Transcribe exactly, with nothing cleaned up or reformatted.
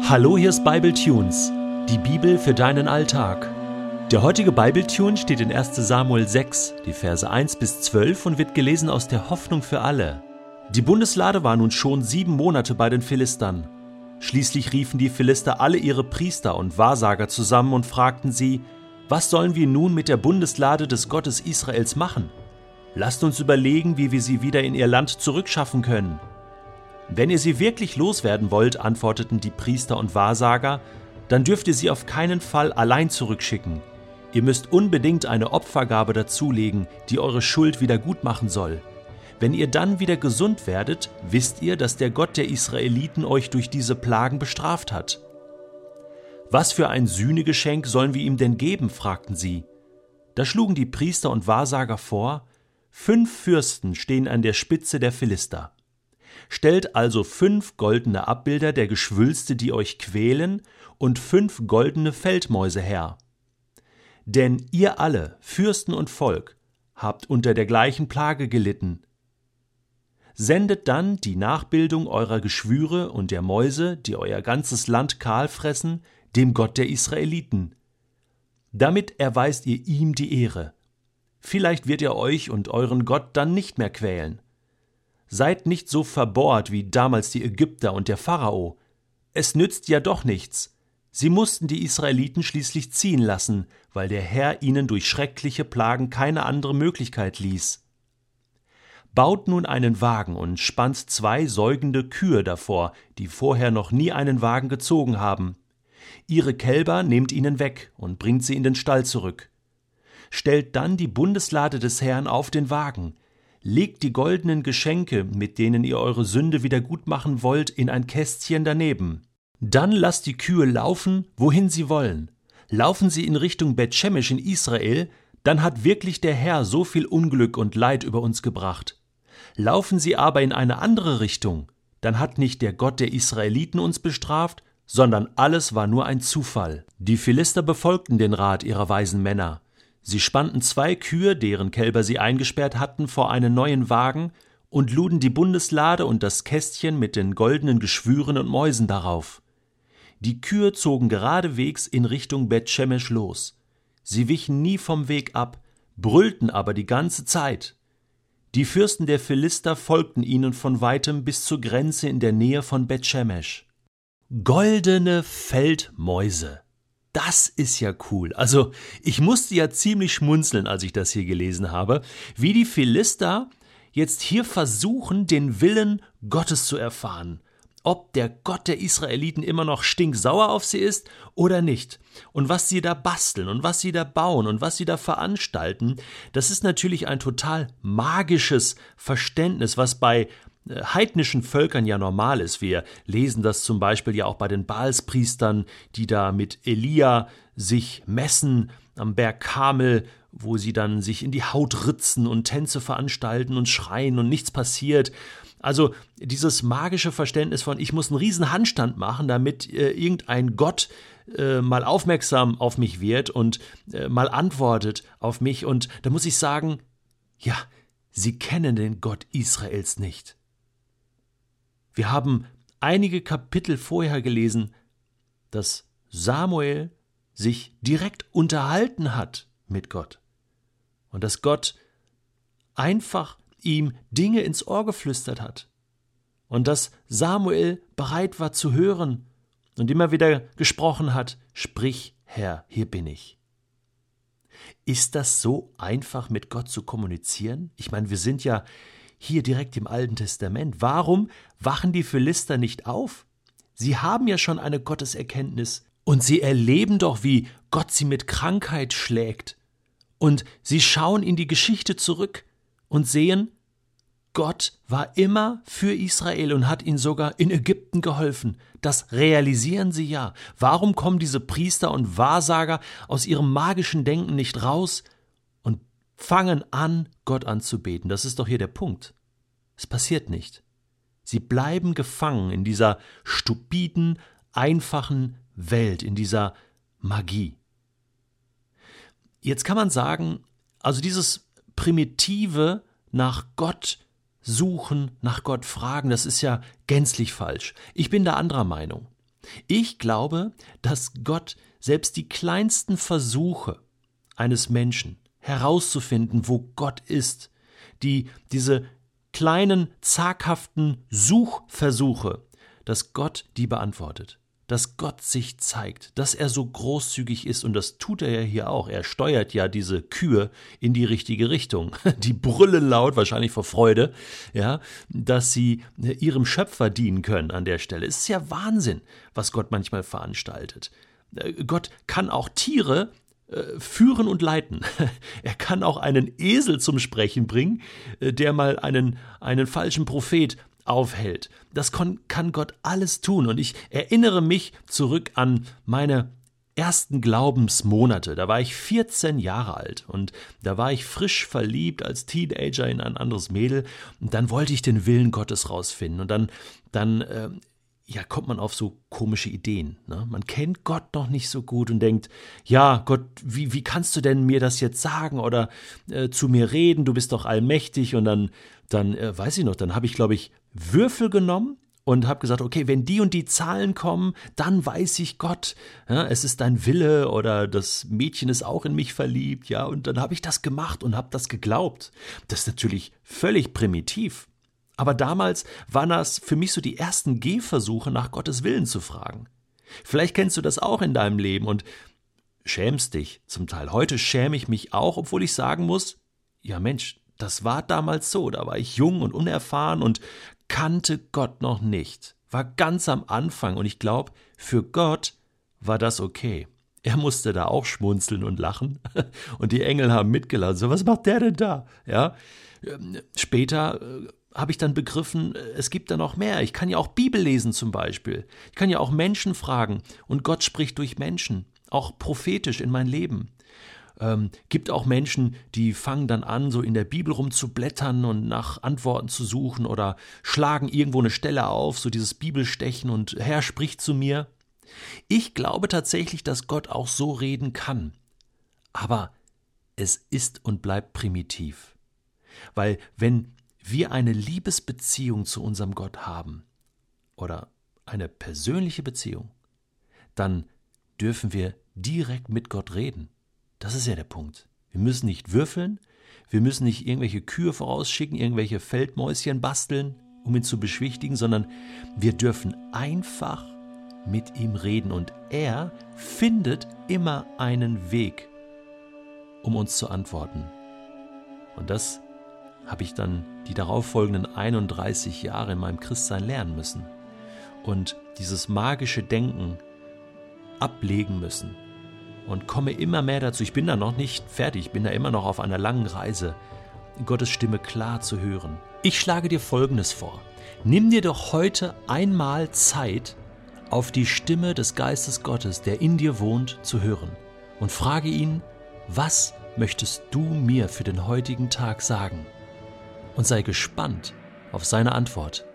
Hallo, hier ist Bible Tunes, die Bibel für deinen Alltag. Der heutige Bible Tune steht in erster Samuel sechs, die Verse eins bis zwölf und wird gelesen aus der Hoffnung für alle. Die Bundeslade war nun schon sieben Monate bei den Philistern. Schließlich riefen die Philister alle ihre Priester und Wahrsager zusammen und fragten sie: Was sollen wir nun mit der Bundeslade des Gottes Israels machen? Lasst uns überlegen, wie wir sie wieder in ihr Land zurückschaffen können. Wenn ihr sie wirklich loswerden wollt, antworteten die Priester und Wahrsager, dann dürft ihr sie auf keinen Fall allein zurückschicken. Ihr müsst unbedingt eine Opfergabe dazulegen, die eure Schuld wieder gut machen soll. Wenn ihr dann wieder gesund werdet, wisst ihr, dass der Gott der Israeliten euch durch diese Plagen bestraft hat. Was für ein Sühnegeschenk sollen wir ihm denn geben? Fragten sie. Da schlugen die Priester und Wahrsager vor: Fünf Fürsten stehen an der Spitze der Philister. Stellt also fünf goldene Abbilder der Geschwülste, die euch quälen, und fünf goldene Feldmäuse her. Denn ihr alle, Fürsten und Volk, habt unter der gleichen Plage gelitten. Sendet dann die Nachbildung eurer Geschwüre und der Mäuse, die euer ganzes Land kahl fressen, dem Gott der Israeliten. Damit erweist ihr ihm die Ehre. Vielleicht wird er euch und euren Gott dann nicht mehr quälen. Seid nicht so verbohrt wie damals die Ägypter und der Pharao. Es nützt ja doch nichts. Sie mussten die Israeliten schließlich ziehen lassen, weil der Herr ihnen durch schreckliche Plagen keine andere Möglichkeit ließ. Baut nun einen Wagen und spannt zwei säugende Kühe davor, die vorher noch nie einen Wagen gezogen haben. Ihre Kälber nehmt ihnen weg und bringt sie in den Stall zurück. Stellt dann die Bundeslade des Herrn auf den Wagen. Legt die goldenen Geschenke, mit denen ihr eure Sünde wieder gut machen wollt, in ein Kästchen daneben. Dann lasst die Kühe laufen, wohin sie wollen. Laufen sie in Richtung Bet-Shemesh in Israel, dann hat wirklich der Herr so viel Unglück und Leid über uns gebracht. Laufen sie aber in eine andere Richtung, dann hat nicht der Gott der Israeliten uns bestraft, sondern alles war nur ein Zufall. Die Philister befolgten den Rat ihrer weisen Männer. Sie spannten zwei Kühe, deren Kälber sie eingesperrt hatten, vor einen neuen Wagen und luden die Bundeslade und das Kästchen mit den goldenen Geschwüren und Mäusen darauf. Die Kühe zogen geradewegs in Richtung Bet-Shemesh los. Sie wichen nie vom Weg ab, brüllten aber die ganze Zeit. Die Fürsten der Philister folgten ihnen von weitem bis zur Grenze in der Nähe von Bet-Shemesh. Goldene Feldmäuse. Das ist ja cool. Also, ich musste ja ziemlich schmunzeln, als ich das hier gelesen habe, wie die Philister jetzt hier versuchen, den Willen Gottes zu erfahren. Ob der Gott der Israeliten immer noch stinksauer auf sie ist oder nicht. Und was sie da basteln und was sie da bauen und was sie da veranstalten, das ist natürlich ein total magisches Verständnis, was bei heidnischen Völkern ja normal ist. Wir lesen das zum Beispiel ja auch bei den Baalspriestern, die da mit Elia sich messen am Berg Karmel, wo sie dann sich in die Haut ritzen und Tänze veranstalten und schreien und nichts passiert. Also dieses magische Verständnis von, ich muss einen riesen Handstand machen, damit äh, irgendein Gott äh, mal aufmerksam auf mich wird und äh, mal antwortet auf mich. Und da muss ich sagen, ja, sie kennen den Gott Israels nicht. Wir haben einige Kapitel vorher gelesen, dass Samuel sich direkt unterhalten hat mit Gott und dass Gott einfach ihm Dinge ins Ohr geflüstert hat und dass Samuel bereit war zu hören und immer wieder gesprochen hat: Sprich, Herr, hier bin ich. Ist das so einfach, mit Gott zu kommunizieren? Ich meine, wir sind ja hier direkt im Alten Testament. Warum wachen die Philister nicht auf? Sie haben ja schon eine Gotteserkenntnis und sie erleben doch, wie Gott sie mit Krankheit schlägt. Und sie schauen in die Geschichte zurück und sehen, Gott war immer für Israel und hat ihnen sogar in Ägypten geholfen. Das realisieren sie ja. Warum kommen diese Priester und Wahrsager aus ihrem magischen Denken nicht raus und fangen an, Gott anzubeten? Das ist doch hier der Punkt. Es passiert nicht. Sie bleiben gefangen in dieser stupiden, einfachen Welt, in dieser Magie. Jetzt kann man sagen, also dieses primitive nach Gott suchen, nach Gott fragen, das ist ja gänzlich falsch. Ich bin da anderer Meinung. Ich glaube, dass Gott selbst die kleinsten Versuche eines Menschen herauszufinden, wo Gott ist, die diese kleinen, zaghaften Suchversuche, dass Gott die beantwortet, dass Gott sich zeigt, dass er so großzügig ist, und das tut er ja hier auch. Er steuert ja diese Kühe in die richtige Richtung. Die brüllen laut, wahrscheinlich vor Freude, ja, dass sie ihrem Schöpfer dienen können an der Stelle. Es ist ja Wahnsinn, was Gott manchmal veranstaltet. Gott kann auch Tiere äh, führen und leiten. Er kann auch einen Esel zum Sprechen bringen, äh, der mal einen, einen falschen Prophet aufhält. Das kann, kann Gott alles tun. Und ich erinnere mich zurück an meine ersten Glaubensmonate. Da war ich vierzehn Jahre alt und da war ich frisch verliebt als Teenager in ein anderes Mädel. Und dann wollte ich den Willen Gottes rausfinden. Und dann, dann äh, ja, kommt man auf so komische Ideen. Ne? Man kennt Gott noch nicht so gut und denkt, ja, Gott, wie, wie kannst du denn mir das jetzt sagen oder äh, zu mir reden? Du bist doch allmächtig. Und dann, dann äh, weiß ich noch, dann habe ich, glaube ich, Würfel genommen und habe gesagt, okay, wenn die und die Zahlen kommen, dann weiß ich Gott, ja, es ist dein Wille oder das Mädchen ist auch in mich verliebt, ja, und dann habe ich das gemacht und habe das geglaubt. Das ist natürlich völlig primitiv, aber damals waren das für mich so die ersten Gehversuche, nach Gottes Willen zu fragen. Vielleicht kennst du das auch in deinem Leben und schämst dich zum Teil. Heute schäme ich mich auch, obwohl ich sagen muss, ja Mensch, das war damals so, da war ich jung und unerfahren und kannte Gott noch nicht, war ganz am Anfang und ich glaube, für Gott war das okay. Er musste da auch schmunzeln und lachen und die Engel haben mitgelacht. So, was macht der denn da? Ja, später äh, habe ich dann begriffen, es gibt da noch mehr. Ich kann ja auch Bibel lesen zum Beispiel. Ich kann ja auch Menschen fragen und Gott spricht durch Menschen, auch prophetisch in mein Leben. Ähm, gibt auch Menschen, die fangen dann an, so in der Bibel rumzublättern und nach Antworten zu suchen oder schlagen irgendwo eine Stelle auf, so dieses Bibelstechen und Herr spricht zu mir. Ich glaube tatsächlich, dass Gott auch so reden kann. Aber es ist und bleibt primitiv. Weil wenn wir eine Liebesbeziehung zu unserem Gott haben oder eine persönliche Beziehung, dann dürfen wir direkt mit Gott reden. Das ist ja der Punkt. Wir müssen nicht würfeln, wir müssen nicht irgendwelche Kühe vorausschicken, irgendwelche Feldmäuschen basteln, um ihn zu beschwichtigen, sondern wir dürfen einfach mit ihm reden und er findet immer einen Weg, um uns zu antworten. Und das habe ich dann die darauffolgenden einunddreißig Jahre in meinem Christsein lernen müssen und dieses magische Denken ablegen müssen. Und komme immer mehr dazu, ich bin da noch nicht fertig, ich bin da immer noch auf einer langen Reise, Gottes Stimme klar zu hören. Ich schlage dir Folgendes vor. Nimm dir doch heute einmal Zeit, auf die Stimme des Geistes Gottes, der in dir wohnt, zu hören. Und frage ihn, was möchtest du mir für den heutigen Tag sagen? Und sei gespannt auf seine Antwort.